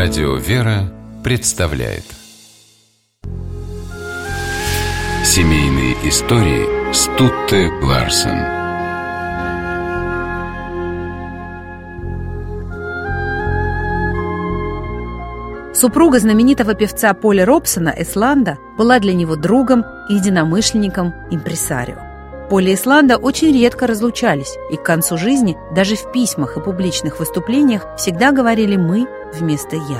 Радио «Вера» представляет Семейные истории Стутте Ларсен. Супруга знаменитого певца Поля Робсона, Эсланда, была для него другом и единомышленником импресарио. Поль и Эсланда очень редко разлучались, и к концу жизни даже в письмах и публичных выступлениях всегда говорили «мы» вместо «я».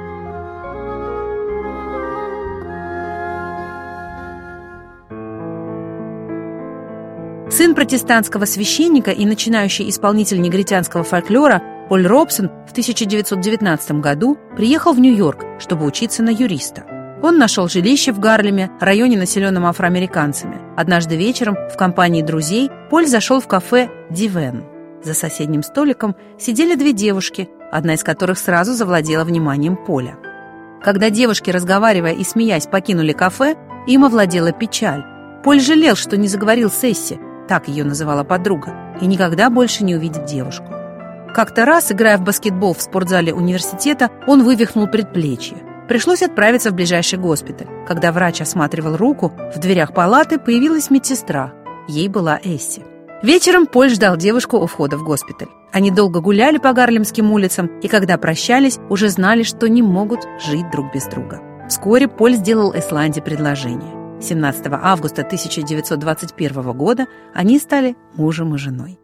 Сын протестантского священника и начинающий исполнитель негритянского фольклора Поль Робсон в 1919 году приехал в Нью-Йорк, чтобы учиться на юриста. Он нашел жилище в Гарлеме, районе, населенном афроамериканцами. Однажды вечером в компании друзей Поль зашел в кафе «Дивен». За соседним столиком сидели две девушки, одна из которых сразу завладела вниманием Поля. Когда девушки, разговаривая и смеясь, покинули кафе, им овладела печаль. Поль жалел, что не заговорил с Эсси, так ее называла подруга, и никогда больше не увидит девушку. Как-то раз, играя в баскетбол в спортзале университета, он вывихнул предплечье. Пришлось отправиться в ближайший госпиталь. Когда врач осматривал руку, в дверях палаты появилась медсестра. Ей была Эсси. Вечером Поль ждал девушку у входа в госпиталь. Они долго гуляли по гарлемским улицам, и когда прощались, уже знали, что не могут жить друг без друга. Вскоре Поль сделал Эсланде предложение. 17 августа 1921 года они стали мужем и женой.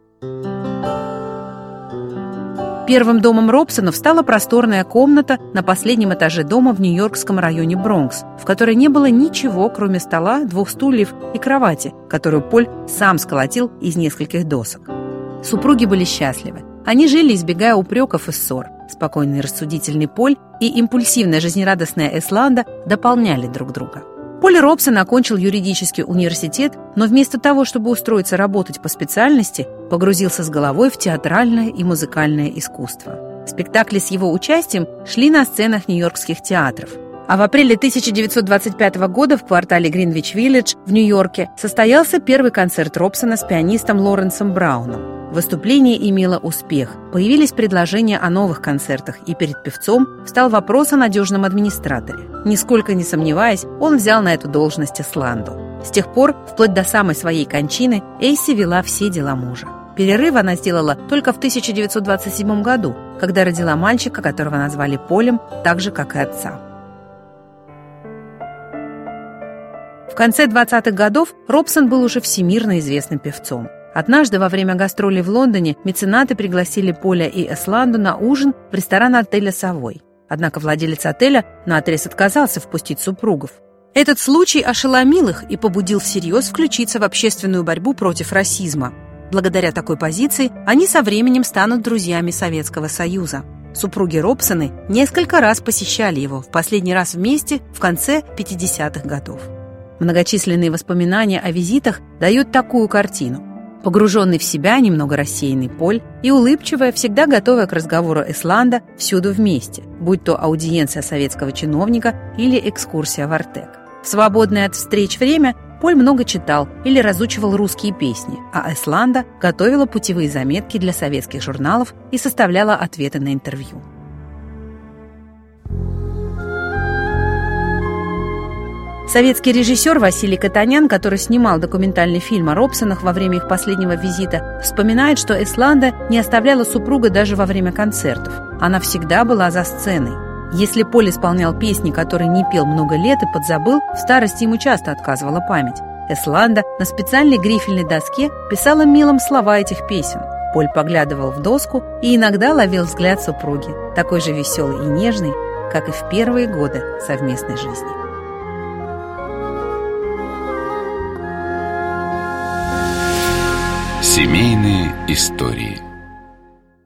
Первым домом Робсонов стала просторная комната на последнем этаже дома в нью-йоркском районе Бронкс, в которой не было ничего, кроме стола, двух стульев и кровати, которую Поль сам сколотил из нескольких досок. Супруги были счастливы. Они жили, избегая упреков и ссор. Спокойный и рассудительный Поль и импульсивная жизнерадостная Эсланда дополняли друг друга. Поль Робсон окончил юридический университет, но вместо того, чтобы устроиться работать по специальности, погрузился с головой в театральное и музыкальное искусство. Спектакли с его участием шли на сценах нью-йоркских театров. А в апреле 1925 года в квартале Гринвич-Виллидж в Нью-Йорке состоялся первый концерт Робсона с пианистом Лоренсом Брауном. Выступление имело успех, появились предложения о новых концертах, и перед певцом встал вопрос о надежном администраторе. Нисколько не сомневаясь, он взял на эту должность Эсланду. С тех пор, вплоть до самой своей кончины, Эсси вела все дела мужа. Перерыв она сделала только в 1927 году, когда родила мальчика, которого назвали Полем, так же, как и отца. В конце 20-х годов Робсон был уже всемирно известным певцом. Однажды во время гастролей в Лондоне меценаты пригласили Поля и Эсланду на ужин в ресторан отеля «Совой». Однако владелец отеля наотрез отказался впустить супругов. Этот случай ошеломил их и побудил всерьез включиться в общественную борьбу против расизма. Благодаря такой позиции они со временем станут друзьями Советского Союза. Супруги Робсоны несколько раз посещали его, в последний раз вместе в конце 50-х годов. Многочисленные воспоминания о визитах дают такую картину. Погруженный в себя, немного рассеянный Поль и улыбчивая, всегда готовая к разговору Эсланда всюду вместе, будь то аудиенция советского чиновника или экскурсия в Артек. В свободное от встреч время Поль много читал или разучивал русские песни, а Эсланда готовила путевые заметки для советских журналов и составляла ответы на интервью. Советский режиссер Василий Катанян, который снимал документальный фильм о Робсонах во время их последнего визита, вспоминает, что Эсланда не оставляла супруга даже во время концертов. Она всегда была за сценой. Если Поль исполнял песни, которые не пел много лет и подзабыл, в старости ему часто отказывала память. Эсланда на специальной грифельной доске писала милым слова этих песен. Поль поглядывал в доску и иногда ловил взгляд супруги, такой же веселый и нежный, как и в первые годы совместной жизни. Семейные истории.